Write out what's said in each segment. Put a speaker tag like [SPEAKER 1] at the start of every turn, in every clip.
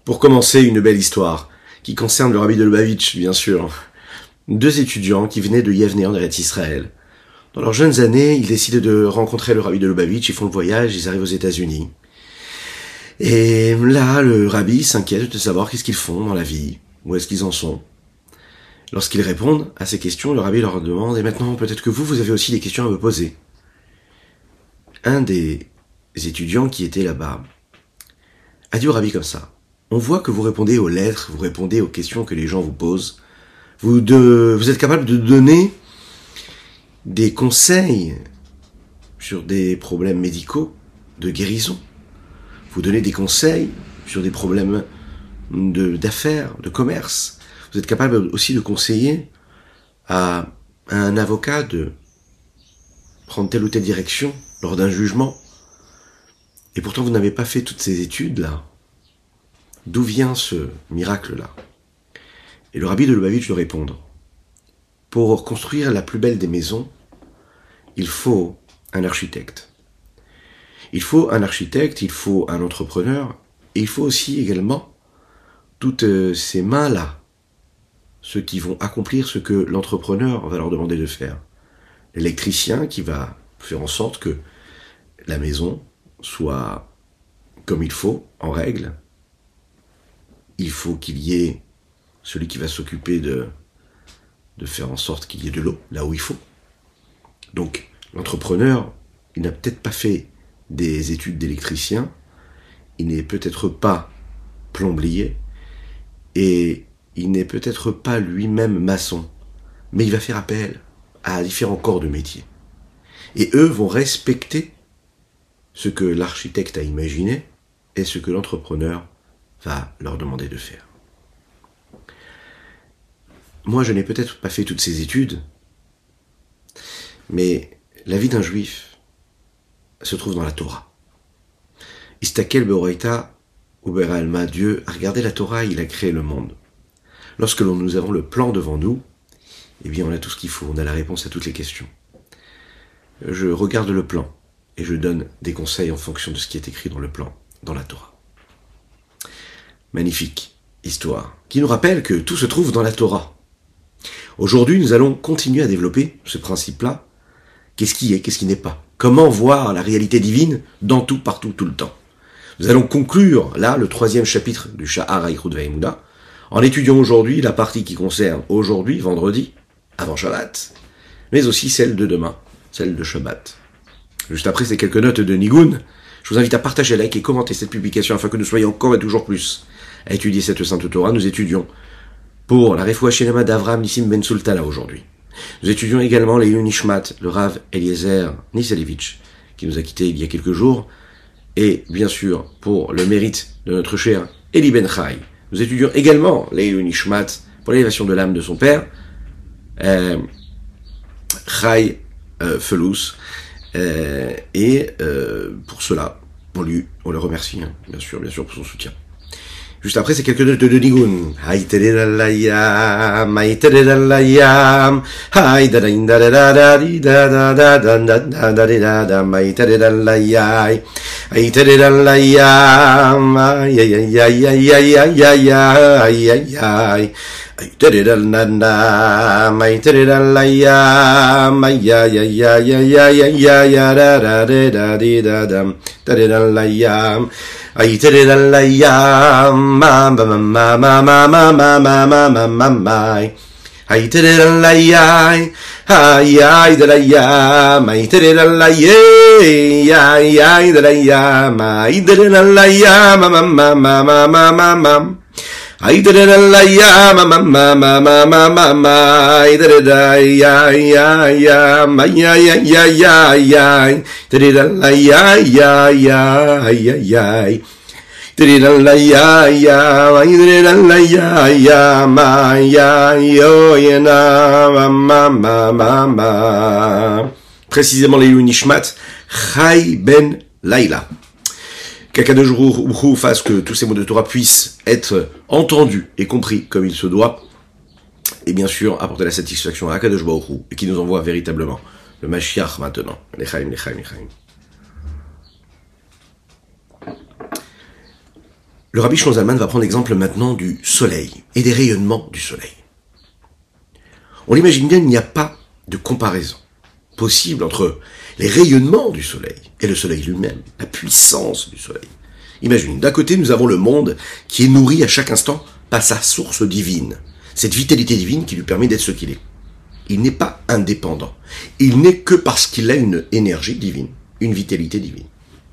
[SPEAKER 1] Pour commencer, une belle histoire, qui concerne le rabbi de Lubavitch, bien sûr. Deux étudiants qui venaient de Yavne en Eretz Israël. Dans leurs jeunes années, ils décident de rencontrer le rabbi de Lubavitch, ils font le voyage, ils arrivent aux États-Unis. Et là, le rabbi s'inquiète de savoir qu'est-ce qu'ils font dans la vie, où est-ce qu'ils en sont. Lorsqu'ils répondent à ces questions, le rabbi leur demande « Et maintenant, peut-être que vous avez aussi des questions à me poser. » Un des étudiants qui était là-bas a dit au rabbi comme ça. On voit que vous répondez aux lettres, vous répondez aux questions que les gens vous posent. Vous êtes capable de donner des conseils sur des problèmes médicaux, de guérison. Vous donnez des conseils sur des problèmes d'affaires, de commerce. Vous êtes capable aussi de conseiller à un avocat de prendre telle ou telle direction lors d'un jugement. Et pourtant, vous n'avez pas fait toutes ces études-là. D'où vient ce miracle-là? Et le rabbi de Lubavitch lui répond. Pour construire la plus belle des maisons, il faut un architecte. Il faut un architecte, il faut un entrepreneur, et il faut aussi également toutes ces mains-là, ceux qui vont accomplir ce que l'entrepreneur va leur demander de faire. L'électricien qui va faire en sorte que la maison soit comme il faut, en règle. Il faut qu'il y ait celui qui va s'occuper de faire en sorte qu'il y ait de l'eau là où il faut. Donc, l'entrepreneur, il n'a peut-être pas fait des études d'électricien, il n'est peut-être pas plombier, et il n'est peut-être pas lui-même maçon, mais il va faire appel à différents corps de métier. Et eux vont respecter ce que l'architecte a imaginé et ce que l'entrepreneur va leur demander de faire. Moi, je n'ai peut-être pas fait toutes ces études, mais la vie d'un juif se trouve dans la Torah. Istakel beoraita ubera alma, Dieu a regardé la Torah, il a créé le monde. Lorsque nous avons le plan devant nous, eh bien on a tout ce qu'il faut, on a la réponse à toutes les questions. Je regarde le plan et je donne des conseils en fonction de ce qui est écrit dans le plan, dans la Torah. Magnifique histoire, qui nous rappelle que tout se trouve dans la Torah. Aujourd'hui, nous allons continuer à développer ce principe-là. Qu'est-ce qui est, qu'est-ce qui n'est pas? Comment voir la réalité divine dans tout, partout, tout le temps? Nous allons conclure, là, le 3e chapitre du Sha'ar Haïchut Ve'emunah, en étudiant aujourd'hui la partie qui concerne aujourd'hui, vendredi, avant Shabbat, mais aussi celle de demain, celle de Shabbat. Juste après ces quelques notes de Nigun, je vous invite à partager, like et commenter cette publication afin que nous soyons encore et toujours plus à étudier cette Sainte Torah. Nous étudions pour la Refoua Shelema d'Avram Nissim Ben Sultala aujourd'hui. Nous étudions également les Nishmat, le Rav Eliezer Niselevitch, qui nous a quittés il y a quelques jours, et bien sûr, pour le mérite de notre cher Eli Ben Chai. Nous étudions également les Nishmat pour l'élévation de l'âme de son père, Chai Felous, et pour cela, on le remercie, hein, bien sûr, pour son soutien. Juste après, c'est quelques notes de Nigun. Haïteredalayam, haïteredalayam, haïteredalayam, haïteredalayam, haïteredalayam, aïe aïe aïe aïe aïe aïe aïe aïe aïe aïe aïe. Haïteredalayam, haïteredalayam, aïe aïe aïe aïe aïe aïe aïe aïe aïe. Haïteredalayam, ma ma ma ma ma ma ma ma ma ma ma ma. Haïteredalayam, aïe aïe delayam, haïteredalayam, aïe aïe delayam, haïteredalayam, ma ma ma ma ma ma ma. Haïteredalayam, ma ma ma ma ma ma ma. Haïteredalayam, aïe aïe aïe aïe aïe aïe. Haïteredalayam, aïe aïe aïe. Précisément les Nishmat, Chai Ben Laila. Qu'Akadosh Baruch Hu fasse que tous ces mots de Torah puissent être entendus et compris comme il se doit, et bien sûr apporter la satisfaction à Akadosh Baruch Hu, et qui nous envoie véritablement le Mashiach maintenant. Lechaim, lechaim, lechaim. Le Rabbi Shlomo Zalman va prendre l'exemple maintenant du soleil et des rayonnements du soleil. On l'imagine bien, il n'y a pas de comparaison possible entre les rayonnements du soleil et le soleil lui-même, la puissance du soleil. Imaginez, d'un côté, nous avons le monde qui est nourri à chaque instant par sa source divine, cette vitalité divine qui lui permet d'être ce qu'il est. Il n'est pas indépendant. Il n'est que parce qu'il a une énergie divine, une vitalité divine.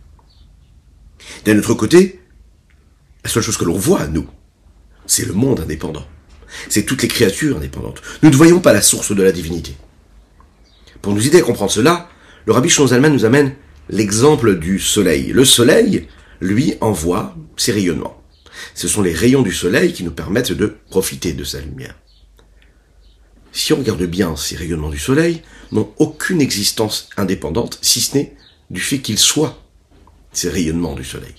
[SPEAKER 1] D'un autre côté, la seule chose que l'on voit, nous, c'est le monde indépendant. C'est toutes les créatures indépendantes. Nous ne voyons pas la source de la divinité. Pour nous aider à comprendre cela, le Rabbi Shlomo Zalman nous amène l'exemple du soleil. Le soleil, lui, envoie ses rayonnements. Ce sont les rayons du soleil qui nous permettent de profiter de sa lumière. Si on regarde bien ces rayonnements du soleil, n'ont aucune existence indépendante, si ce n'est du fait qu'ils soient ces rayonnements du soleil.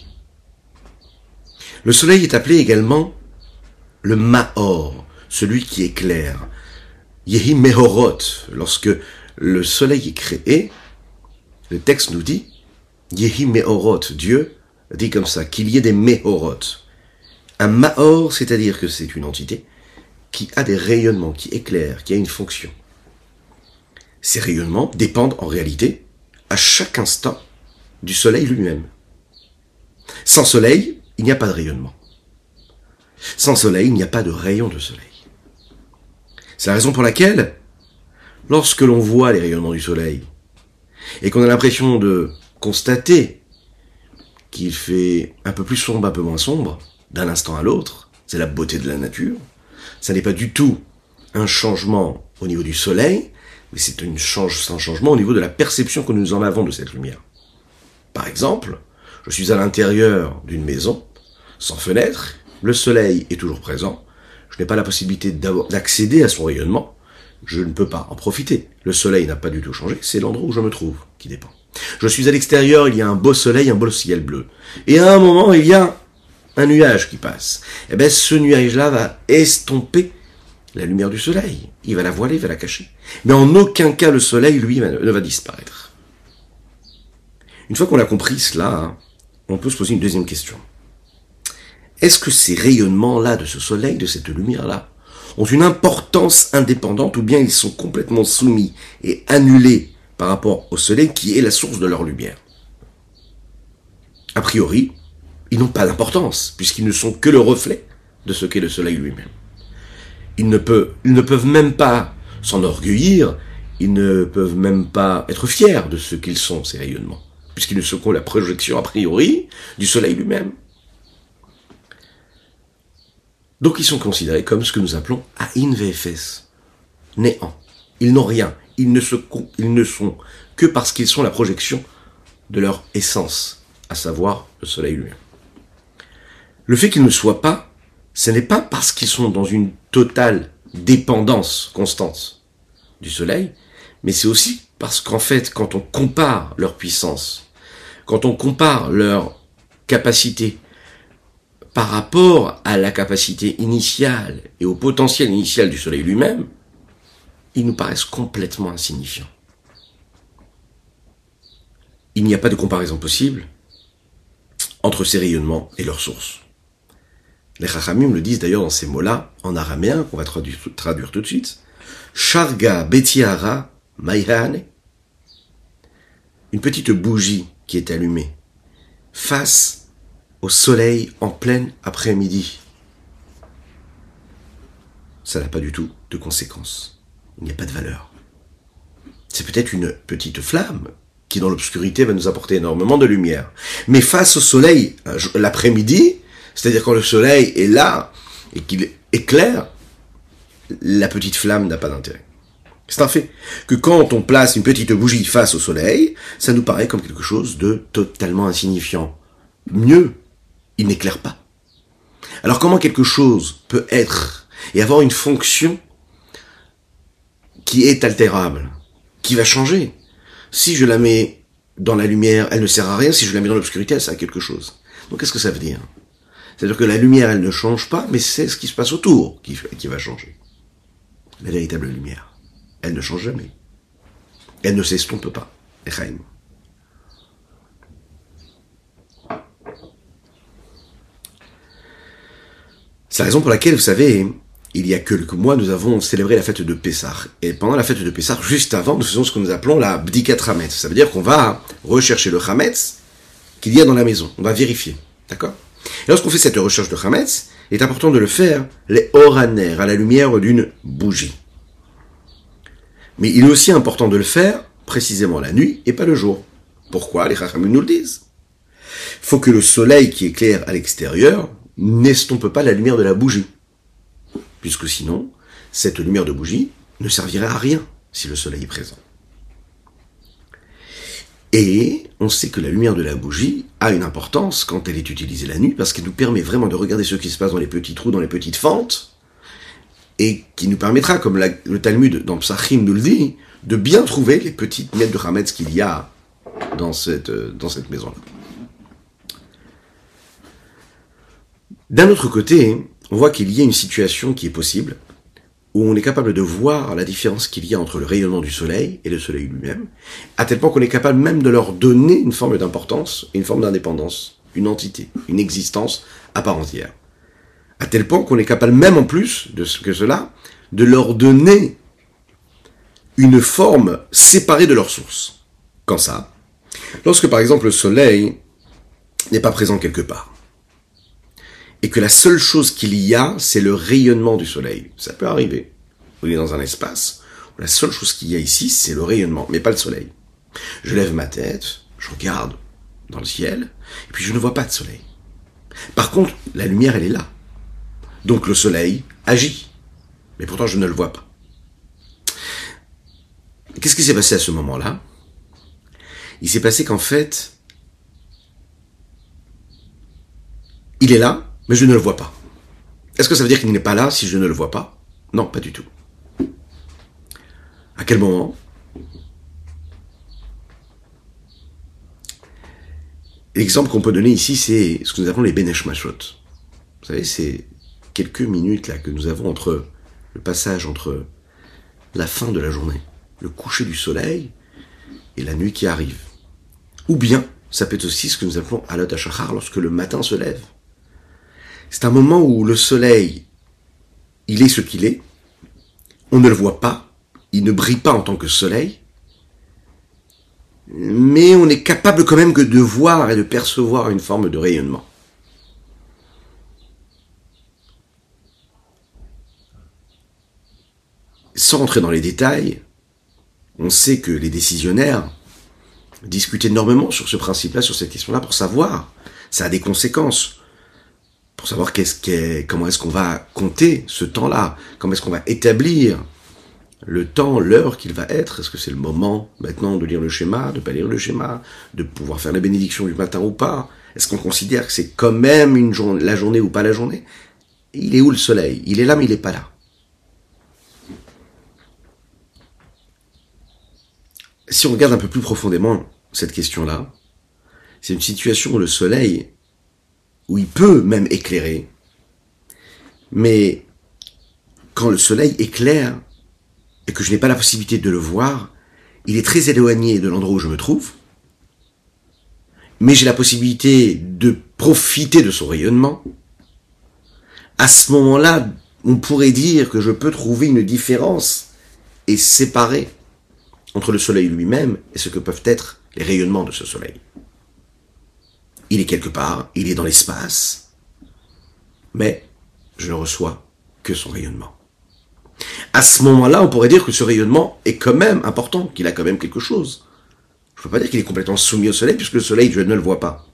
[SPEAKER 1] Le soleil est appelé également le Maor, celui qui éclaire. Yehi Mehorot, lorsque le soleil est créé, le texte nous dit, Yehi Mehorot, Dieu dit comme ça, qu'il y ait des Mehorot. Un Maor, c'est-à-dire que c'est une entité qui a des rayonnements, qui éclaire, qui a une fonction. Ces rayonnements dépendent en réalité, à chaque instant, du soleil lui-même. Sans soleil, il n'y a pas de rayonnement. Sans soleil, il n'y a pas de rayon de soleil. C'est la raison pour laquelle, lorsque l'on voit les rayonnements du soleil, et qu'on a l'impression de constater qu'il fait un peu plus sombre, un peu moins sombre, d'un instant à l'autre, c'est la beauté de la nature, ça n'est pas du tout un changement au niveau du soleil, mais c'est un changement au niveau de la perception que nous en avons de cette lumière. Par exemple, je suis à l'intérieur d'une maison, sans fenêtre, le soleil est toujours présent, je n'ai pas la possibilité d'accéder à son rayonnement, je ne peux pas en profiter. Le soleil n'a pas du tout changé, c'est l'endroit où je me trouve qui dépend. Je suis à l'extérieur, il y a un beau soleil, un beau ciel bleu. Et à un moment, il y a un nuage qui passe. Et bien, ce nuage-là va estomper la lumière du soleil. Il va la voiler, il va la cacher. Mais en aucun cas, le soleil, lui, ne va disparaître. Une fois qu'on a compris cela, on peut se poser une deuxième question. Est-ce que ces rayonnements-là de ce soleil, de cette lumière-là, ont une importance indépendante ou bien ils sont complètement soumis et annulés par rapport au soleil qui est la source de leur lumière? A priori, ils n'ont pas d'importance puisqu'ils ne sont que le reflet de ce qu'est le soleil lui-même. Ils ne peuvent même pas s'enorgueillir, ils ne peuvent même pas être fiers de ce qu'ils sont, ces rayonnements, puisqu'ils ne sont que la projection a priori du soleil lui-même. Donc ils sont considérés comme ce que nous appelons Ain VFS, néant. Ils n'ont rien, ils ne sont que parce qu'ils sont la projection de leur essence, à savoir le soleil lui-même. Le fait qu'ils ne soient pas, ce n'est pas parce qu'ils sont dans une totale dépendance constante du soleil, mais c'est aussi parce qu'en fait, quand on compare leur puissance, quand on compare leur capacité par rapport à la capacité initiale et au potentiel initial du soleil lui-même, ils nous paraissent complètement insignifiants. Il n'y a pas de comparaison possible entre ces rayonnements et leur source. Les Chachamim le disent d'ailleurs dans ces mots-là, en araméen, qu'on va traduire tout de suite. Sharga betiara maïhane. Une petite bougie qui est allumée face au soleil en plein après-midi. Ça n'a pas du tout de conséquences. Il n'y a pas de valeur. C'est peut-être une petite flamme qui, dans l'obscurité, va nous apporter énormément de lumière. Mais face au soleil, l'après-midi, c'est-à-dire quand le soleil est là et qu'il éclaire, la petite flamme n'a pas d'intérêt. C'est un fait que quand on place une petite bougie face au soleil, ça nous paraît comme quelque chose de totalement insignifiant. Mieux, il n'éclaire pas. Alors comment quelque chose peut être et avoir une fonction qui est altérable, qui va changer? Si je la mets dans la lumière, elle ne sert à rien. Si je la mets dans l'obscurité, elle sert à quelque chose. Donc qu'est-ce que ça veut dire? C'est-à-dire que la lumière, elle ne change pas, mais c'est ce qui se passe autour qui va changer. La véritable lumière, elle ne change jamais. Elle ne s'estompe pas. Echaim. C'est la raison pour laquelle, vous savez, il y a quelques mois, nous avons célébré la fête de Pessah. Et pendant la fête de Pessah, juste avant, nous faisons ce que nous appelons la Bdikat Hametz. Ça veut dire qu'on va rechercher le Hametz qu'il y a dans la maison. On va vérifier. D'accord? Et lorsqu'on fait cette recherche de Hametz, il est important de le faire les oraner, à la lumière d'une bougie. Mais il est aussi important de le faire précisément la nuit et pas le jour. Pourquoi? Les Chachamim nous le disent. Il faut que le soleil qui éclaire à l'extérieur n'estompe pas la lumière de la bougie. Puisque sinon, cette lumière de bougie ne servirait à rien si le soleil est présent. Et on sait que la lumière de la bougie a une importance quand elle est utilisée la nuit, parce qu'elle nous permet vraiment de regarder ce qui se passe dans les petits trous, dans les petites fentes, et qui nous permettra, comme le Talmud dans Psachim nous le dit, de bien trouver les petites miettes de Hametz qu'il y a dans cette maison-là. D'un autre côté, on voit qu'il y a une situation qui est possible, où on est capable de voir la différence qu'il y a entre le rayonnement du soleil et le soleil lui-même, à tel point qu'on est capable même de leur donner une forme d'importance, une forme d'indépendance, une entité, une existence à part entière. À tel point qu'on est capable même en plus de ce que cela, de leur donner une forme séparée de leur source. Quand ça? Lorsque par exemple le soleil n'est pas présent quelque part, et que la seule chose qu'il y a, c'est le rayonnement du soleil. Ça peut arriver. On est dans un espace où la seule chose qu'il y a ici, c'est le rayonnement, mais pas le soleil. Je lève ma tête, je regarde dans le ciel, et puis je ne vois pas de soleil. Par contre, la lumière, elle est là. Donc le soleil agit, mais pourtant je ne le vois pas. Qu'est-ce qui s'est passé à ce moment-là? Il s'est passé qu'en fait, il est là, mais je ne le vois pas. Est-ce que ça veut dire qu'il n'est pas là si je ne le vois pas? Non, pas du tout. À quel moment? L'exemple qu'on peut donner ici, c'est ce que nous appelons les Benesh Mashot. Vous savez, c'est quelques minutes là que nous avons entre le passage entre la fin de la journée, le coucher du soleil et la nuit qui arrive. Ou bien, ça peut être aussi ce que nous appelons Alot HaShachar, lorsque le matin se lève. C'est un moment où le soleil, il est ce qu'il est, on ne le voit pas, il ne brille pas en tant que soleil, mais on est capable quand même que de voir et de percevoir une forme de rayonnement. Sans rentrer dans les détails, on sait que les décisionnaires discutent énormément sur ce principe-là, sur cette question-là, pour savoir, ça a des conséquences. Pour savoir comment est-ce qu'on va compter ce temps-là, comment est-ce qu'on va établir le temps, l'heure qu'il va être. Est-ce que c'est le moment maintenant de lire le schéma, de pas lire le schéma, de pouvoir faire la bénédiction du matin ou pas? Est-ce qu'on considère que c'est quand même la journée ou pas la journée? Il est où le soleil? Il est là mais il n'est pas là. Si on regarde un peu plus profondément cette question-là, c'est une situation où le soleil, où il peut même éclairer, mais quand le soleil éclaire et que je n'ai pas la possibilité de le voir, il est très éloigné de l'endroit où je me trouve, mais j'ai la possibilité de profiter de son rayonnement. À ce moment-là, on pourrait dire que je peux trouver une différence et séparer entre le soleil lui-même et ce que peuvent être les rayonnements de ce soleil. Il est quelque part, il est dans l'espace, mais je ne reçois que son rayonnement. À ce moment-là, on pourrait dire que ce rayonnement est quand même important, qu'il a quand même quelque chose. Je ne peux pas dire qu'il est complètement soumis au soleil, puisque le soleil, je ne le vois pas.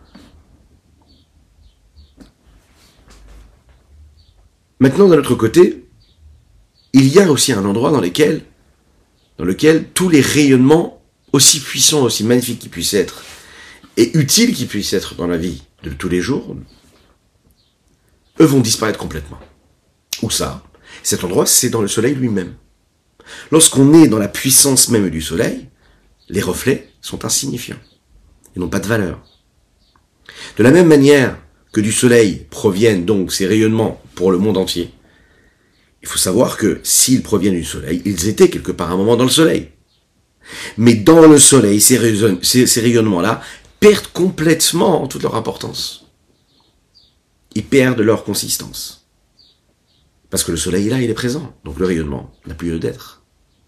[SPEAKER 1] Maintenant, d'un autre côté, il y a aussi un endroit dans lequel tous les rayonnements, aussi puissants, aussi magnifiques qu'ils puissent être, et utiles qu'ils puissent être dans la vie de tous les jours, eux vont disparaître complètement. Où ça? Cet endroit, c'est dans le soleil lui-même. Lorsqu'on est dans la puissance même du soleil, les reflets sont insignifiants. Ils n'ont pas de valeur. De la même manière que du soleil proviennent donc ces rayonnements pour le monde entier, il faut savoir que s'ils proviennent du soleil, ils étaient quelque part un moment dans le soleil. Mais dans le soleil, ces rayonnements-là perdent complètement toute leur importance. Ils perdent leur consistance. Parce que le soleil est là, il est présent. Donc le rayonnement n'a plus lieu d'être.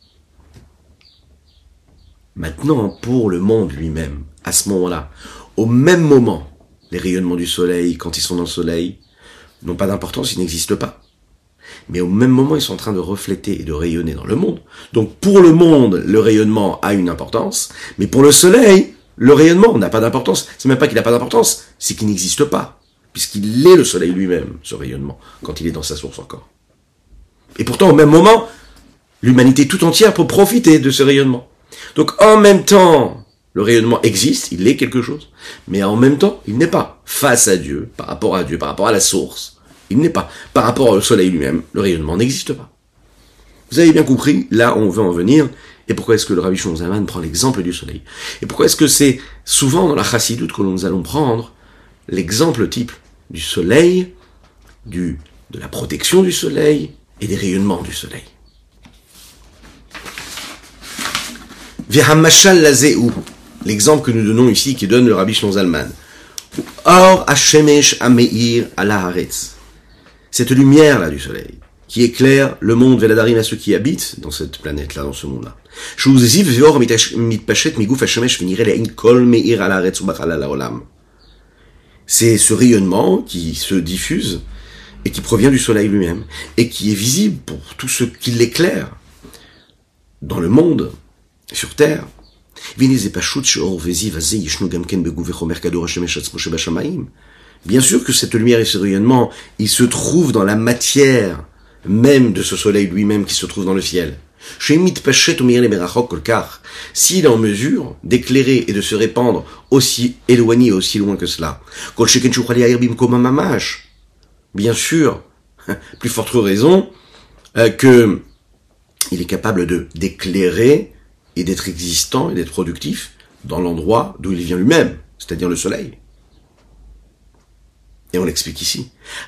[SPEAKER 1] Maintenant, pour le monde lui-même, à ce moment-là, au même moment, les rayonnements du soleil, quand ils sont dans le soleil, n'ont pas d'importance, ils n'existent pas. Mais au même moment, ils sont en train de refléter et de rayonner dans le monde. Donc pour le monde, le rayonnement a une importance, mais pour le soleil, le rayonnement n'a pas d'importance. C'est même pas qu'il n'a pas d'importance, c'est qu'il n'existe pas, puisqu'il est le soleil lui-même, ce rayonnement, quand il est dans sa source encore. Et pourtant, au même moment, l'humanité tout entière peut profiter de ce rayonnement. Donc en même temps, le rayonnement existe, il est quelque chose, mais en même temps, il n'est pas face à Dieu, par rapport à la source. Il n'est pas. Par rapport au soleil lui-même, le rayonnement n'existe pas. Vous avez bien compris, là on veut en venir, et pourquoi est-ce que le Rabbi Shlomo Zalman prend l'exemple du soleil? Et pourquoi est-ce que c'est souvent dans la chassidoute que nous allons prendre l'exemple type du soleil, de la protection du soleil et des rayonnements du soleil? V'hamashal lazeu, l'exemple que nous donnons ici, qui donne le Rabbi Shlomo Zalman. Or hashemesh ameir ala haaretz. Cette lumière-là du soleil, qui éclaire le monde veladarim à ceux qui habitent dans cette planète-là, dans ce monde-là. C'est ce rayonnement qui se diffuse et qui provient du soleil lui-même et qui est visible pour tous ceux qui l'éclairent dans le monde, sur Terre. Bien sûr que cette lumière et ce rayonnement, ils se trouvent dans la matière même de ce soleil lui-même qui se trouve dans le ciel. S'il est en mesure d'éclairer et de se répandre aussi éloigné et aussi loin que cela. Bien sûr, plus forte raison que il est capable d'éclairer et d'être existant et d'être productif dans l'endroit d'où il vient lui-même, c'est-à-dire le soleil. Et on l'explique ici.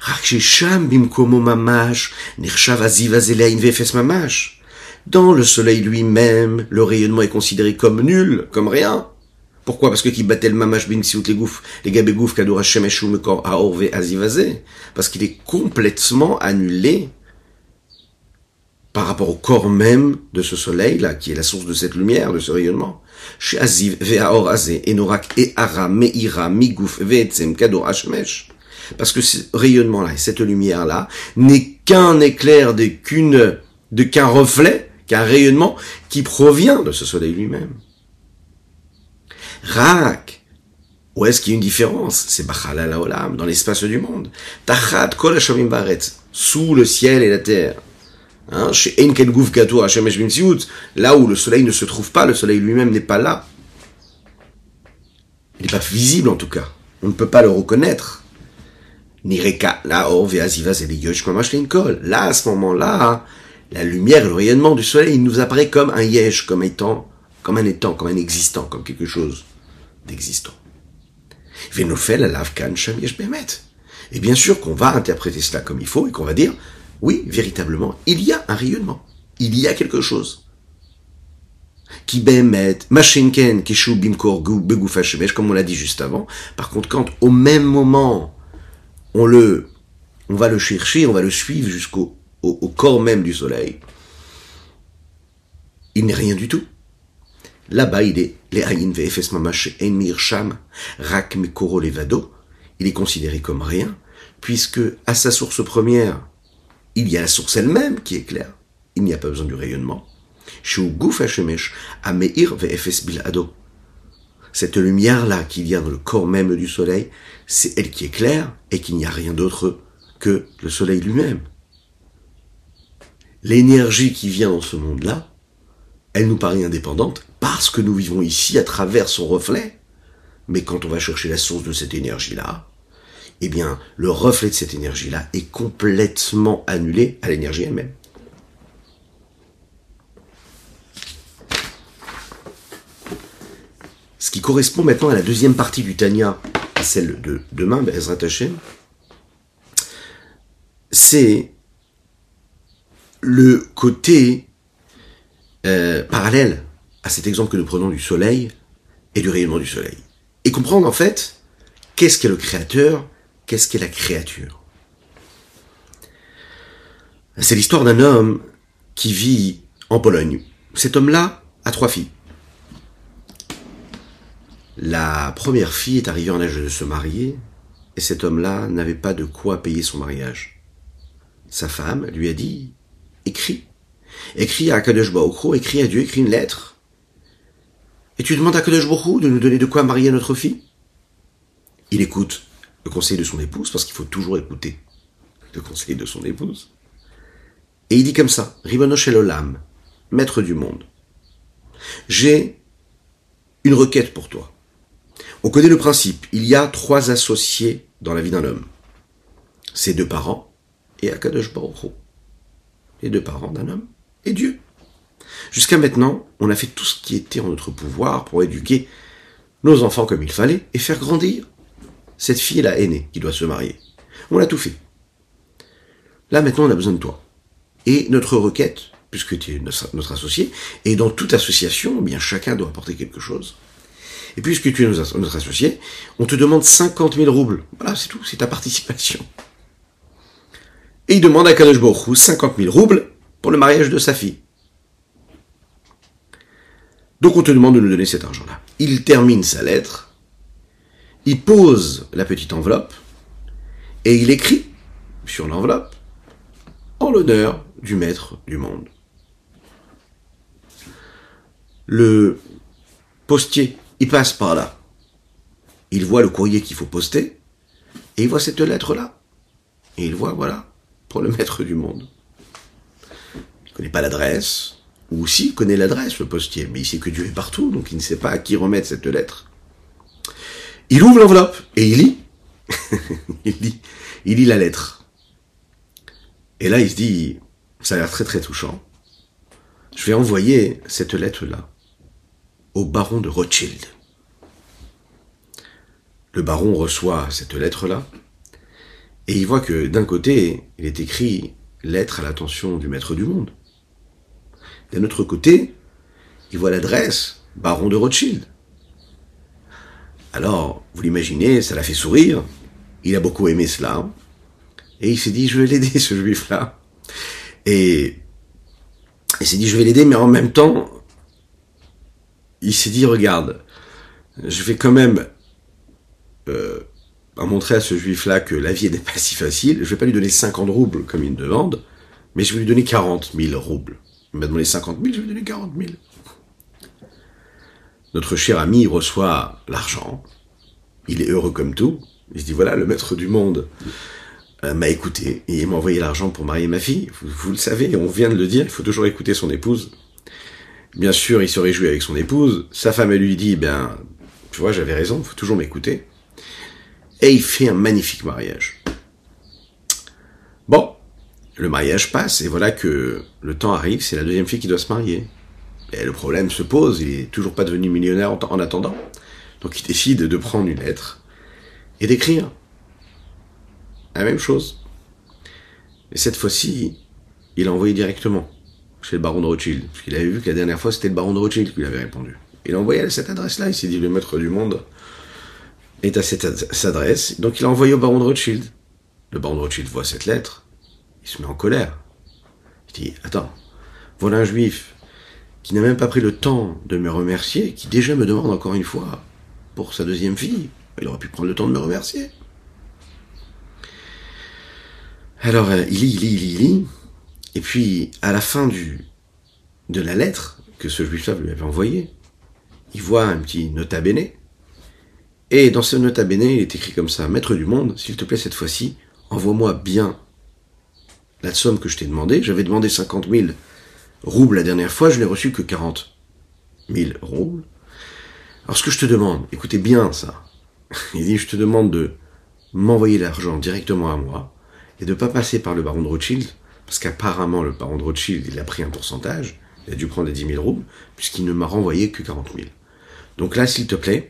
[SPEAKER 1] Dans le soleil lui-même, le rayonnement est considéré comme nul, comme rien. Pourquoi? Parce que qui battait le mamash bimsiut les gabegouf kadura shemeshu mekor aorve azivazé. Parce qu'il est complètement annulé par rapport au corps même de ce soleil-là, qui est la source de cette lumière, de ce rayonnement. Chez aziv ve'aor azé, enorak e'ara me'ira migouf ve'etzem kadura shemesh. Parce que ce rayonnement-là et cette lumière-là n'est qu'un éclair, qu'un reflet, qu'un rayonnement qui provient de ce soleil lui-même. Rak, où est-ce qu'il y a une différence? C'est Bachalal Haolam, dans l'espace du monde. Tachat kol hashamim baaretz, sous le ciel et la terre. Chez Enken Guf Gato Hashemesh Bimsiut, là où le soleil ne se trouve pas, le soleil lui-même n'est pas là. Il n'est pas visible en tout cas. On ne peut pas le reconnaître. Nireka, là, là, à ce moment-là, la lumière et le rayonnement du soleil, il nous apparaît comme un yesh, comme un étant, comme un existant, comme quelque chose d'existant. Et bien sûr qu'on va interpréter cela comme il faut et qu'on va dire, oui, véritablement, il y a un rayonnement. Il y a quelque chose. Qui bemet, machinken, kishu bimkor begoufa shemesh, comme on l'a dit juste avant. Par contre, quand au même moment, on va le chercher, on va le suivre jusqu'au au corps même du soleil, il n'est rien du tout. Là-bas, il est le'ayin ve'efes mamash en mirsham rak mikoro levado. Il est considéré comme rien, puisque à sa source première, il y a la source elle-même qui est claire. Il n'y a pas besoin du rayonnement. Shu guf hashemesh ameir ve'efes bilado. Cette lumière-là qu'il y a dans le corps même du soleil, c'est elle qui est claire et qu'il n'y a rien d'autre que le soleil lui-même. L'énergie qui vient dans ce monde-là, elle nous paraît indépendante parce que nous vivons ici à travers son reflet. Mais quand on va chercher la source de cette énergie-là, eh bien, le reflet de cette énergie-là est complètement annulé à l'énergie elle-même. Ce qui correspond maintenant à la deuxième partie du Tanya, à celle de demain, Be'ezrat Hashem, c'est le côté parallèle à cet exemple que nous prenons du soleil et du rayonnement du soleil. Et comprendre en fait, qu'est-ce qu'est le créateur, qu'est-ce qu'est la créature. C'est l'histoire d'un homme qui vit en Pologne. Cet homme-là a 3 filles. La première fille est arrivée en âge de se marier, et cet homme-là n'avait pas de quoi payer son mariage. Sa femme lui a dit « Écris. Écris à Akadosh Baruch Hu, écris à Dieu, écris une lettre. Et tu demandes à Akadosh Baruch Hu de nous donner de quoi marier notre fille. » Il écoute le conseil de son épouse, parce qu'il faut toujours écouter le conseil de son épouse. Et il dit comme ça, Ribono shel olam, maître du monde, j'ai une requête pour toi. On connaît le principe, il y a 3 associés dans la vie d'un homme. Ses 2 parents et Akadosh Baruch Hu. Les 2 parents d'un homme et Dieu. Jusqu'à maintenant, on a fait tout ce qui était en notre pouvoir pour éduquer nos enfants comme il fallait et faire grandir cette fille-là aînée qui doit se marier. On a tout fait. Là, maintenant, on a besoin de toi. Et notre requête, puisque tu es notre associé, et dans toute association, eh bien chacun doit apporter quelque chose. Et puisque tu es notre associé, on te demande 50 000 roubles. Voilà, c'est tout, c'est ta participation. Et il demande à Kadosh Baruch Hu 50 000 roubles pour le mariage de sa fille. Donc on te demande de nous donner cet argent-là. Il termine sa lettre, il pose la petite enveloppe, et il écrit sur l'enveloppe en l'honneur du maître du monde. Le postier, il passe par là. Il voit le courrier qu'il faut poster, et il voit cette lettre-là. Et il voit, voilà, pour le maître du monde. Il ne connaît pas l'adresse, ou si, il connaît l'adresse, le postier, mais il sait que Dieu est partout, donc il ne sait pas à qui remettre cette lettre. Il ouvre l'enveloppe, et il lit. il lit la lettre. Et là, il se dit, ça a l'air très très touchant. Je vais envoyer cette lettre-là au baron de Rothschild. Le baron reçoit cette lettre-là, et il voit que d'un côté, il est écrit « Lettre à l'attention du maître du monde ». D'un autre côté, il voit l'adresse « Baron de Rothschild ». Alors, vous l'imaginez, ça l'a fait sourire, il a beaucoup aimé cela, et il s'est dit, je vais l'aider, ce juif-là. Et il s'est dit, je vais l'aider, mais en même temps, il s'est dit, regarde, je vais quand même montrer à ce juif-là que la vie n'est pas si facile. Je vais pas lui donner 50 roubles comme il me demande, mais je vais lui donner 40 000 roubles. Il m'a demandé 50 000, je vais lui donner 40 000. Notre cher ami reçoit l'argent. Il est heureux comme tout. Il se dit, voilà, le maître du monde m'a écouté et il m'a envoyé l'argent pour marier ma fille. Vous le savez, on vient de le dire, il faut toujours écouter son épouse. Bien sûr, il se réjouit avec son épouse. Sa femme, elle lui dit, ben, tu vois, j'avais raison, il faut toujours m'écouter. Et il fait un magnifique mariage. Bon, le mariage passe et voilà que le temps arrive, c'est la 2e fille qui doit se marier. Et le problème se pose, il est toujours pas devenu millionnaire en attendant. Donc il décide de prendre une lettre et d'écrire la même chose. Et cette fois-ci, il a envoyé directement chez le baron de Rothschild, parce qu'il avait vu que la dernière fois, c'était le baron de Rothschild qui lui avait répondu. Il a envoyé à cette adresse-là, il s'est dit, le maître du monde est à cette adresse, donc il a envoyé au baron de Rothschild. Le baron de Rothschild voit cette lettre, il se met en colère. Il dit, attends, voilà un juif qui n'a même pas pris le temps de me remercier, qui déjà me demande encore une fois pour sa 2e fille. Il aurait pu prendre le temps de me remercier. Alors, il lit, et puis, à la fin de la lettre que ce juif-là lui avait envoyée, il voit un petit nota bene, et dans ce nota bene, il est écrit comme ça, « Maître du monde, s'il te plaît, cette fois-ci, envoie-moi bien la somme que je t'ai demandée. J'avais demandé 50 000 roubles la dernière fois, je n'ai reçu que 40 000 roubles. Alors, ce que je te demande, écoutez bien ça, il dit, je te demande de m'envoyer l'argent directement à moi, et de ne pas passer par le baron de Rothschild, parce qu'apparemment le baron de Rothschild, il a pris un pourcentage, il a dû prendre les 10 000 roubles, puisqu'il ne m'a renvoyé que 40 000. Donc là, s'il te plaît,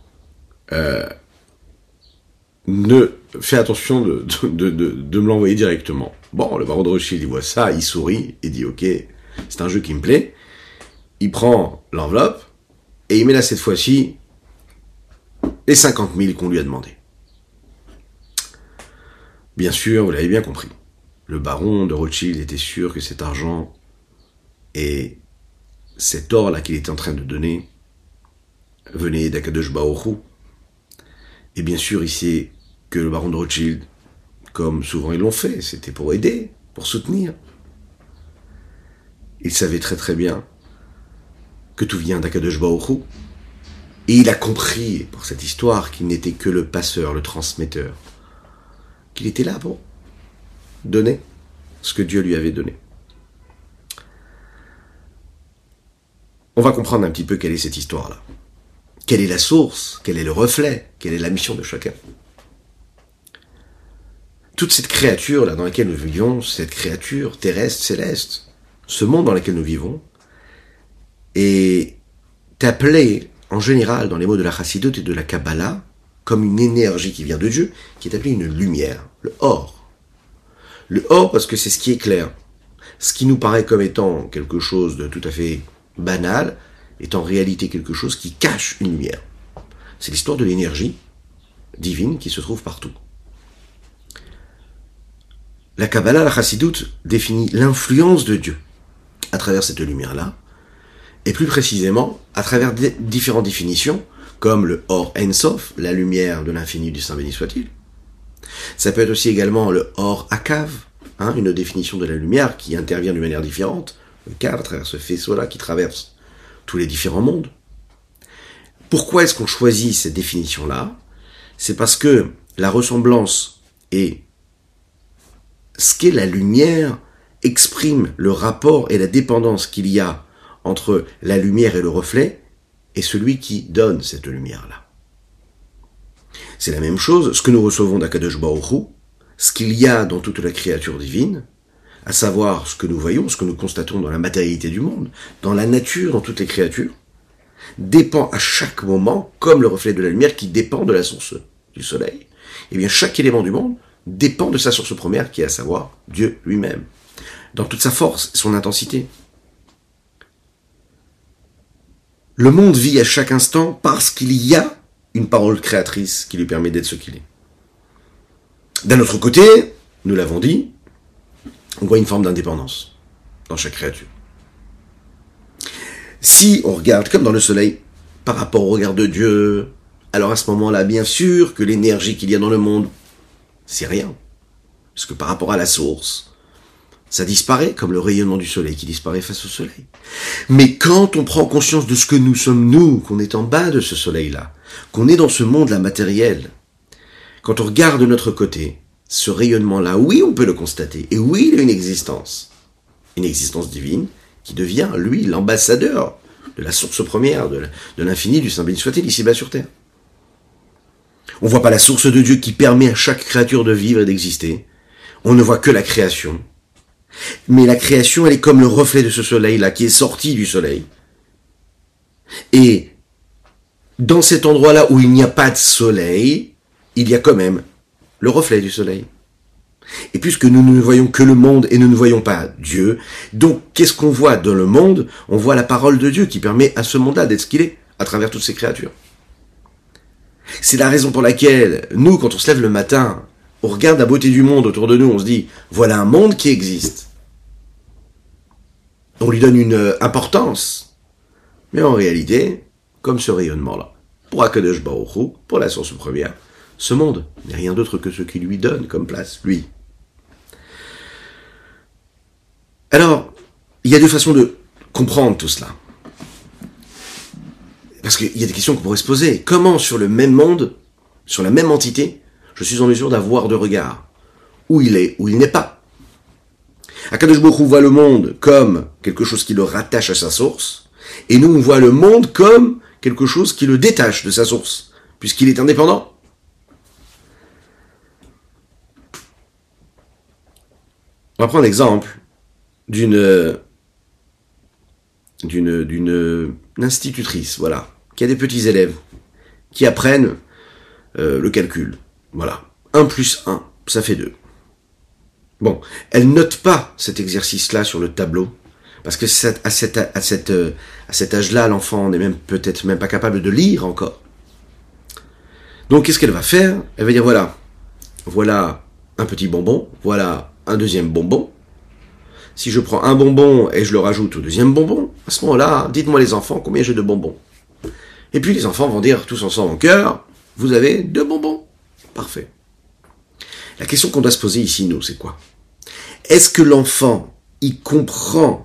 [SPEAKER 1] fais attention de me l'envoyer directement. Bon, le baron de Rothschild, il voit ça, il sourit, et dit, ok, c'est un jeu qui me plaît. Il prend l'enveloppe, et il met là cette fois-ci les 50 000 qu'on lui a demandé. Bien sûr, vous l'avez bien compris. le baron de Rothschild était sûr que cet argent et cet or-là qu'il était en train de donner venait d'Akadosh Baruch Hu. Et bien sûr, il sait que le baron de Rothschild, comme souvent ils l'ont fait, c'était pour aider, pour soutenir. Il savait très très bien que tout vient d'Akadosh Baruch Hu. Et il a compris, pour cette histoire, qu'il n'était que le passeur, le transmetteur. Qu'il était là pour donner ce que Dieu lui avait donné. On va comprendre un petit peu quelle est cette histoire-là. Quelle est la source, quel est le reflet, quelle est la mission de chacun. Toute cette créature-là dans laquelle nous vivons, cette créature terrestre, céleste, ce monde dans lequel nous vivons, est appelé, en général, dans les mots de la Chassidoute et de la Kabbalah, comme une énergie qui vient de Dieu, qui est appelée une lumière, le or. Le or parce que c'est ce qui éclaire. Ce qui nous paraît comme étant quelque chose de tout à fait banal, est en réalité quelque chose qui cache une lumière. C'est l'histoire de l'énergie divine qui se trouve partout. La Kabbalah, la Chassidoute, définit l'influence de Dieu à travers cette lumière-là, et plus précisément à travers différentes définitions, comme le Or Ein Sof, la lumière de l'infini du Saint béni soit-il. Ça peut être aussi également le Or Akav, une définition de la lumière qui intervient d'une manière différente, le cave à travers ce faisceau-là qui traverse tous les différents mondes. Pourquoi est-ce qu'on choisit cette définition-là? C'est parce que la ressemblance et ce qu'est la lumière exprime le rapport et la dépendance qu'il y a entre la lumière et le reflet et celui qui donne cette lumière-là. C'est la même chose, ce que nous recevons d'Akadosh Baruch Hu, ce qu'il y a dans toute la créature divine, à savoir ce que nous voyons, ce que nous constatons dans la matérialité du monde, dans la nature, dans toutes les créatures, dépend à chaque moment, comme le reflet de la lumière qui dépend de la source du soleil. Et bien chaque élément du monde dépend de sa source première, qui est à savoir Dieu lui-même, dans toute sa force et son intensité. Le monde vit à chaque instant parce qu'il y a une parole créatrice qui lui permet d'être ce qu'il est. D'un autre côté, nous l'avons dit, on voit une forme d'indépendance dans chaque créature. Si on regarde comme dans le soleil, par rapport au regard de Dieu, alors à ce moment-là, bien sûr que l'énergie qu'il y a dans le monde, c'est rien. Parce que par rapport à la source, ça disparaît comme le rayonnement du soleil qui disparaît face au soleil. Mais quand on prend conscience de ce que nous sommes nous, qu'on est en bas de ce soleil-là, qu'on est dans ce monde-là matériel, quand on regarde de notre côté, ce rayonnement-là, oui, on peut le constater. Et oui, il a une existence divine, qui devient, lui, l'ambassadeur de la source première, de l'infini, du Saint béni soit-il, ici-bas sur terre. On ne voit pas la source de Dieu qui permet à chaque créature de vivre et d'exister. On ne voit que la création. Mais la création, elle est comme le reflet de ce soleil-là, qui est sorti du soleil. Et dans cet endroit-là où il n'y a pas de soleil, il y a quand même le reflet du soleil. Et puisque nous ne voyons que le monde et nous ne voyons pas Dieu, donc qu'est-ce qu'on voit dans le monde? On voit la parole de Dieu qui permet à ce monde-là d'être ce qu'il est, à travers toutes ces créatures. C'est la raison pour laquelle, nous, quand on se lève le matin, on regarde la beauté du monde autour de nous, on se dit, voilà un monde qui existe. On lui donne une importance. Mais en réalité, comme ce rayonnement-là, pour Akadosh Baruch Hu, pour la source première, ce monde n'est rien d'autre que ce qu'il lui donne comme place, lui. Alors, il y a deux façons de comprendre tout cela. Parce qu'il y a des questions qu'on pourrait se poser. Comment sur le même monde, sur la même entité, je suis en mesure d'avoir de regard? Où il est, où il n'est pas. Akadosh Baruch Hu voit le monde comme quelque chose qui le rattache à sa source, et nous on voit le monde comme quelque chose qui le détache de sa source, puisqu'il est indépendant. On va prendre l'exemple d'une institutrice, voilà, qui a des petits élèves, qui apprennent le calcul. Voilà. 1 plus 1, ça fait 2. Bon, elle note pas cet exercice-là sur le tableau, parce que à cet âge-là, l'enfant n'est peut-être même pas capable de lire encore. Donc, qu'est-ce qu'elle va faire? Elle va dire, voilà un petit bonbon, voilà un deuxième bonbon, si je prends un bonbon et je le rajoute au deuxième bonbon, à ce moment-là, dites-moi les enfants combien j'ai de bonbons. Et puis les enfants vont dire tous ensemble en chœur, vous avez 2 bonbons. Parfait. La question qu'on doit se poser ici, nous, c'est quoi? Est-ce que l'enfant, il comprend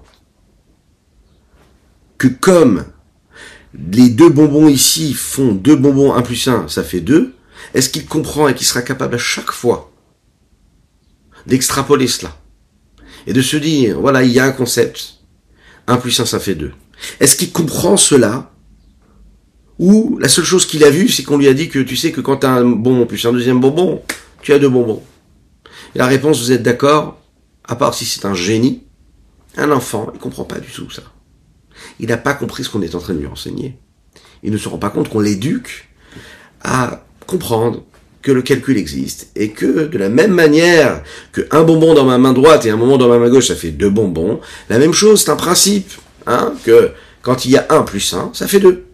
[SPEAKER 1] que comme les 2 bonbons ici font 2 bonbons 1 plus 1, ça fait 2, est-ce qu'il comprend et qu'il sera capable à chaque fois d'extrapoler cela et de se dire, voilà, il y a un concept, 1 plus 1, ça fait 2. Est-ce qu'il comprend cela? Ou la seule chose qu'il a vue, c'est qu'on lui a dit que tu sais que quand tu as un bonbon plus un deuxième bonbon, tu as 2 bonbons. Et la réponse, vous êtes d'accord? À part si c'est un génie, un enfant, il comprend pas du tout ça. Il n'a pas compris ce qu'on est en train de lui enseigner. Il ne se rend pas compte qu'on l'éduque à comprendre que le calcul existe et que de la même manière que un bonbon dans ma main droite et un bonbon dans ma main gauche, ça fait 2 bonbons, la même chose, c'est un principe, que quand il y a 1 plus 1, ça fait 2.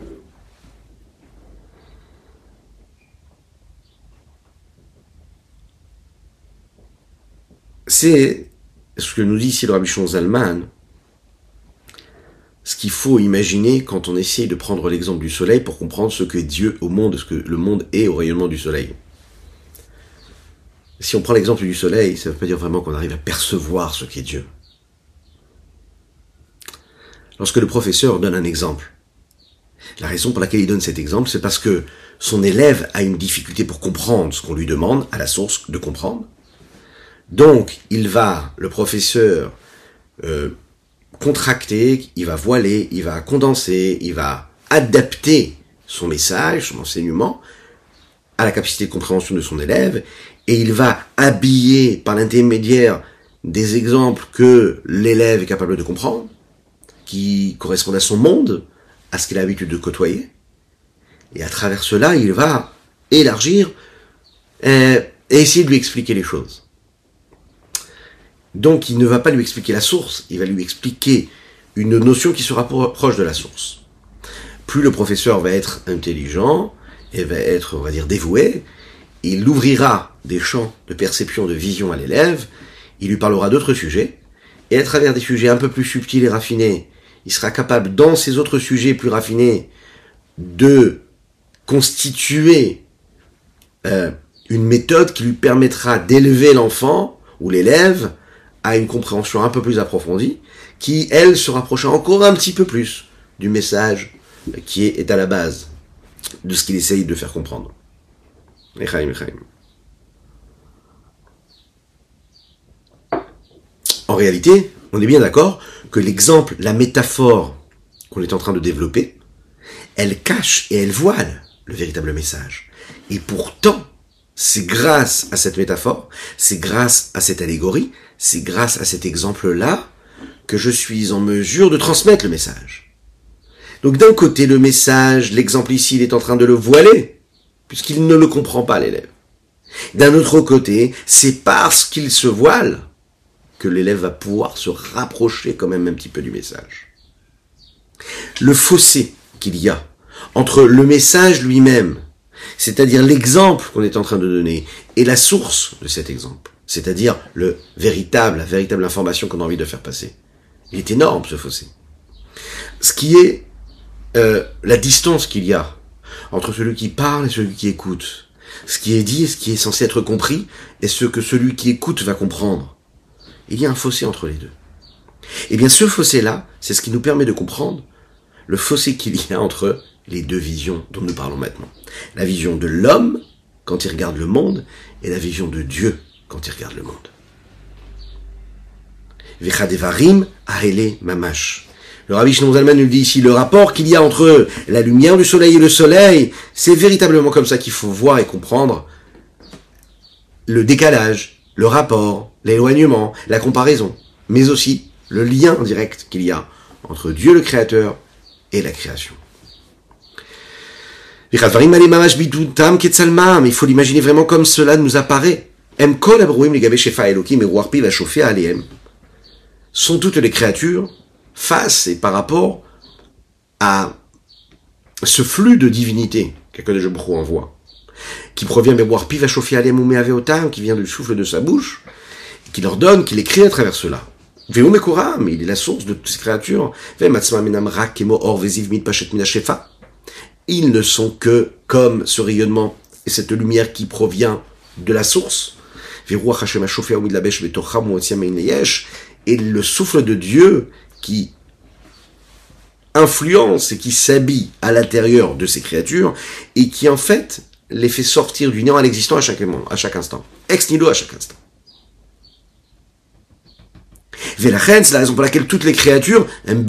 [SPEAKER 1] C'est ce que nous dit ici le Rabbi Shlomo Zalman, ce qu'il faut imaginer quand on essaye de prendre l'exemple du soleil pour comprendre ce que est Dieu au monde, ce que le monde est au rayonnement du soleil. Si on prend l'exemple du soleil, ça ne veut pas dire vraiment qu'on arrive à percevoir ce qu'est Dieu. Lorsque le professeur donne un exemple, la raison pour laquelle il donne cet exemple, c'est parce que son élève a une difficulté pour comprendre ce qu'on lui demande, à la source de comprendre. Donc, le professeur, contracter, il va voiler, il va condenser, il va adapter son message, son enseignement, à la capacité de compréhension de son élève, et il va habiller par l'intermédiaire des exemples que l'élève est capable de comprendre, qui correspondent à son monde, à ce qu'il a l'habitude de côtoyer, et à travers cela, il va élargir et essayer de lui expliquer les choses. Donc, il ne va pas lui expliquer la source, il va lui expliquer une notion qui sera proche de la source. Plus le professeur va être intelligent, et va être, on va dire, dévoué, il ouvrira des champs de perception, de vision à l'élève, il lui parlera d'autres sujets, et à travers des sujets un peu plus subtils et raffinés, il sera capable, dans ces autres sujets plus raffinés, de constituer une méthode qui lui permettra d'élever l'enfant, ou l'élève, à une compréhension un peu plus approfondie, qui, elle, se rapprochera encore un petit peu plus du message qui est à la base de ce qu'il essaye de faire comprendre. Echaim. En réalité, on est bien d'accord que l'exemple, la métaphore qu'on est en train de développer, elle cache et elle voile le véritable message. Et pourtant, c'est grâce à cette métaphore, c'est grâce à cette allégorie, c'est grâce à cet exemple-là que je suis en mesure de transmettre le message. Donc d'un côté, le message, l'exemple ici, il est en train de le voiler, puisqu'il ne le comprend pas, l'élève. D'un autre côté, c'est parce qu'il se voile que l'élève va pouvoir se rapprocher quand même un petit peu du message. Le fossé qu'il y a entre le message lui-même, c'est-à-dire l'exemple qu'on est en train de donner, et la source de cet exemple, c'est-à-dire la véritable information qu'on a envie de faire passer. Il est énorme, ce fossé. Ce qui est la distance qu'il y a entre celui qui parle et celui qui écoute. Ce qui est dit et ce qui est censé être compris, et ce que celui qui écoute va comprendre. Il y a un fossé entre les deux. Et bien ce fossé-là, c'est ce qui nous permet de comprendre le fossé qu'il y a entre les 2 visions dont nous parlons maintenant. La vision de l'homme, quand il regarde le monde, et la vision de Dieu, quand il regarde le monde. Vechadevarim ahele mamash. Le Rabbi Shlomo Zalman nous dit ici, le rapport qu'il y a entre la lumière du soleil et le soleil, c'est véritablement comme ça qu'il faut voir et comprendre le décalage, le rapport, l'éloignement, la comparaison, mais aussi le lien direct qu'il y a entre Dieu le Créateur et la création. Il faut l'imaginer vraiment comme cela nous apparaît. Sont toutes les créatures face et par rapport à ce flux de divinité qu'Akadosh Baruch Hu envoie, qui provient qui vient du souffle de sa bouche, qui leur donne, qui les crée à travers cela. Veo Mekoram, il est la source de toutes ces créatures. Ils ne sont que comme ce rayonnement et cette lumière qui provient de la source. Et le souffle de Dieu qui influence et qui s'habille à l'intérieur de ces créatures et qui en fait les fait sortir du néant à l'existant à chaque instant. Ex nihilo à chaque instant. C'est la raison pour laquelle toutes les créatures,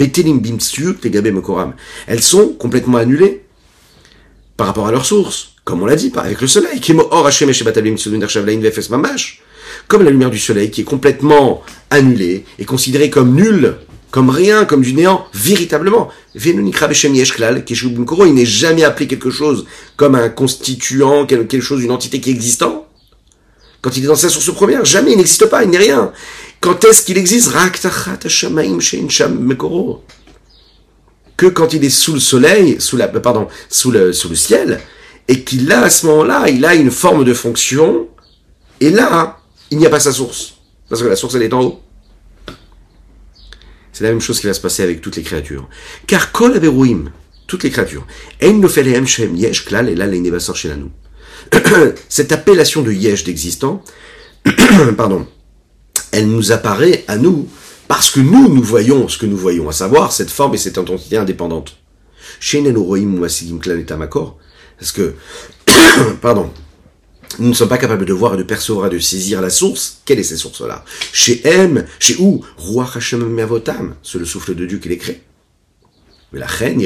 [SPEAKER 1] elles sont complètement annulées par rapport à leur source, comme on l'a dit, avec le soleil, comme la lumière du soleil qui est complètement annulée et considérée comme nulle, comme rien, comme du néant, véritablement. Il n'est jamais appelé quelque chose comme un constituant, quelque chose, une entité qui est existant. Quand il est dans sa source première, jamais, il n'existe pas, il n'est rien. Quand est-ce qu'il existe? Que quand il est sous le soleil, sous le ciel, et qu'il a à ce moment-là, il a une forme de fonction, et là, il n'y a pas sa source. Parce que la source, elle est en haut. C'est la même chose qui va se passer avec toutes les créatures. Car kol aberuim, toutes les créatures, cette appellation de yesh, d'existant, pardon, elle nous apparaît à nous parce que nous voyons ce que nous voyons, à savoir cette forme et cette entité indépendante. Parce que, pardon, nous ne sommes pas capables de voir et de percevoir et de saisir la source. Quelle est cette source-là? Chez où? Ruach Hashem me'avotam, c'est le souffle de Dieu qui les crée. C'est la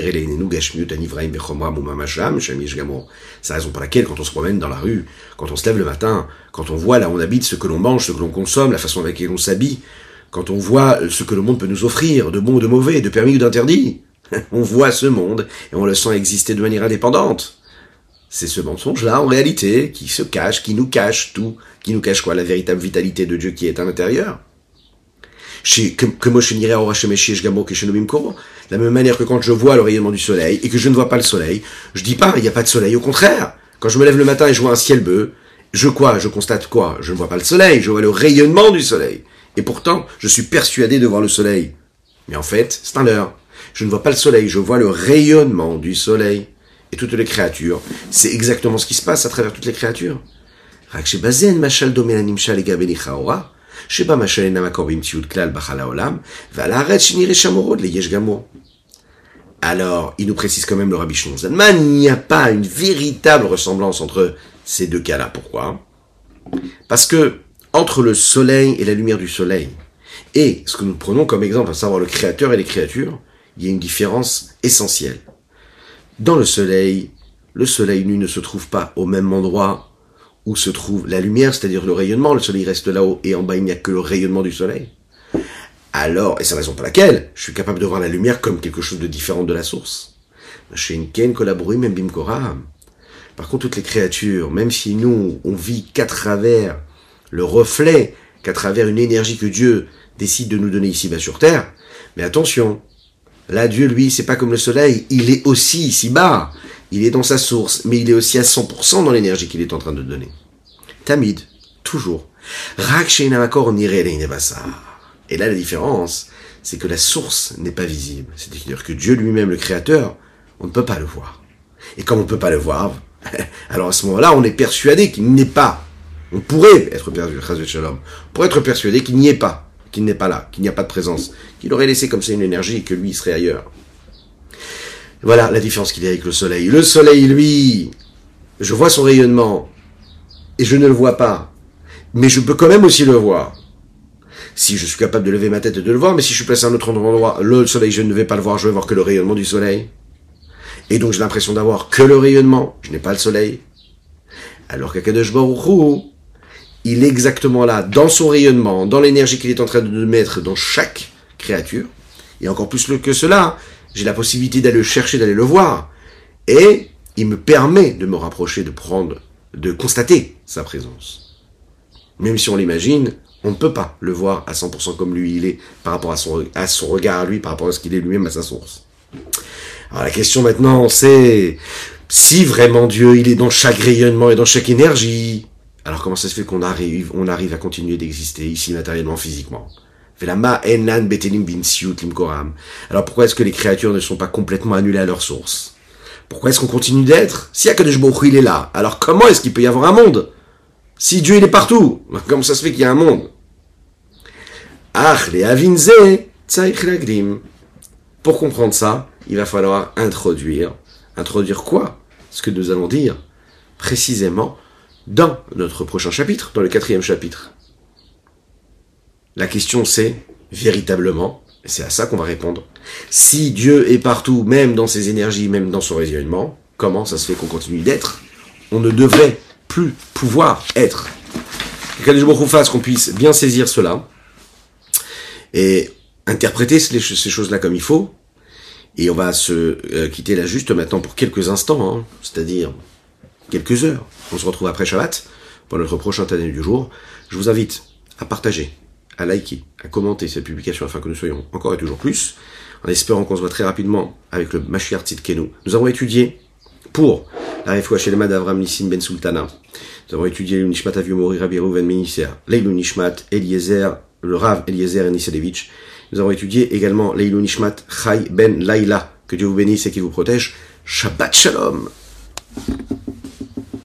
[SPEAKER 1] raison pour laquelle, quand on se promène dans la rue, quand on se lève le matin, quand on voit là où on habite, ce que l'on mange, ce que l'on consomme, la façon avec laquelle on s'habille, quand on voit ce que le monde peut nous offrir, de bon ou de mauvais, de permis ou d'interdit, on voit ce monde et on le sent exister de manière indépendante. C'est ce mensonge-là, en réalité, qui se cache, qui nous cache tout, qui nous cache quoi? La véritable vitalité de Dieu qui est à l'intérieur. De la même manière que quand je vois le rayonnement du soleil et que je ne vois pas le soleil, je dis pas il n'y a pas de soleil, au contraire. Quand je me lève le matin et je vois un ciel bleu, je constate quoi? Je ne vois pas le soleil, je vois le rayonnement du soleil. Et pourtant, je suis persuadé de voir le soleil. Mais en fait, c'est un leurre. Je ne vois pas le soleil, je vois le rayonnement du soleil. Et toutes les créatures, c'est exactement ce qui se passe à travers toutes les créatures. Alors, il nous précise quand même le Rabbi Shimon Zalman, il n'y a pas une véritable ressemblance entre ces deux cas-là. Pourquoi? Parce que, entre le soleil et la lumière du soleil, et ce que nous prenons comme exemple, à savoir le créateur et les créatures, il y a une différence essentielle. Dans le soleil, lui, ne se trouve pas au même endroit où se trouve la lumière, c'est-à-dire le rayonnement. Le soleil reste là-haut et en bas, il n'y a que le rayonnement du soleil. Alors, et c'est la raison pour laquelle je suis capable de voir la lumière comme quelque chose de différent de la source. Par contre, toutes les créatures, même si nous, on vit qu'à travers le reflet, qu'à travers une énergie que Dieu décide de nous donner ici-bas sur Terre, mais attention, là, Dieu, lui, c'est pas comme le soleil, il est aussi ici-bas. Il est dans sa source, mais il est aussi à 100% dans l'énergie qu'il est en train de donner. Tamid, toujours. Et là, la différence, c'est que la source n'est pas visible. C'est-à-dire que Dieu lui-même, le Créateur, on ne peut pas le voir. Et comme on ne peut pas le voir, alors à ce moment-là, on est persuadé qu'il n'est pas. On pourrait être persuadé qu'il n'y est pas, qu'il n'est pas là, qu'il n'y a pas de présence, qu'il aurait laissé comme ça une énergie et que lui, il serait ailleurs. Voilà la différence qu'il y a avec le soleil. Le soleil, lui, je vois son rayonnement et je ne le vois pas. Mais je peux quand même aussi le voir. Si je suis capable de lever ma tête et de le voir, mais si je suis placé à un autre endroit, le soleil, je ne vais pas le voir, je vais voir que le rayonnement du soleil. Et donc j'ai l'impression d'avoir que le rayonnement, je n'ai pas le soleil. Alors qu'Akadosh Baruch Hu, il est exactement là, dans son rayonnement, dans l'énergie qu'il est en train de mettre dans chaque créature. Et encore plus que cela, j'ai la possibilité d'aller le chercher, d'aller le voir. Et il me permet de me rapprocher, de constater sa présence. Même si on l'imagine, on ne peut pas le voir à 100% comme lui il est, par rapport à son regard à lui, par rapport à ce qu'il est lui-même à sa source. Alors la question maintenant, c'est, si vraiment Dieu, il est dans chaque rayonnement et dans chaque énergie, Alors comment ça se fait qu'on arrive à continuer d'exister ici matériellement, physiquement? Alors pourquoi est-ce que les créatures ne sont pas complètement annulées à leur source? Pourquoi est-ce qu'on continue d'être? Si Akadosh Baruch Hu il est là, alors comment est-ce qu'il peut y avoir un monde? Si Dieu il est partout, comment ça se fait qu'il y a un monde? Pour comprendre ça, il va falloir introduire. Introduire quoi? Ce que nous allons dire précisément dans notre prochain chapitre, dans le 4e chapitre. La question c'est, véritablement, et c'est à ça qu'on va répondre, si Dieu est partout, même dans ses énergies, même dans son rayonnement, comment ça se fait qu'on continue d'être? On ne devrait plus pouvoir être. Que Dieu nous fasse qu'on puisse bien saisir cela, et interpréter ces choses-là comme il faut, et on va se quitter là juste maintenant pour quelques instants, hein, c'est-à-dire quelques heures. On se retrouve après Shabbat pour notre prochain Tanya du jour. Je vous invite à partager, à liker, à commenter cette publication afin que nous soyons encore et toujours plus, en espérant qu'on se voit très rapidement avec le Mashiach Tzidkenu. Nous avons étudié pour la Refoua Shelema d'Avram Nissim Ben Sultana. Nous avons étudié le Nishmat Avihu Mori Rabbi Reuven Menisser, Leilou Nishmat Eliezer, le Rav Eliezer Eniselevitch. Nous avons étudié également Leilou Nishmat Chai Ben Laila. Que Dieu vous bénisse et qu'il vous protège. Shabbat Shalom.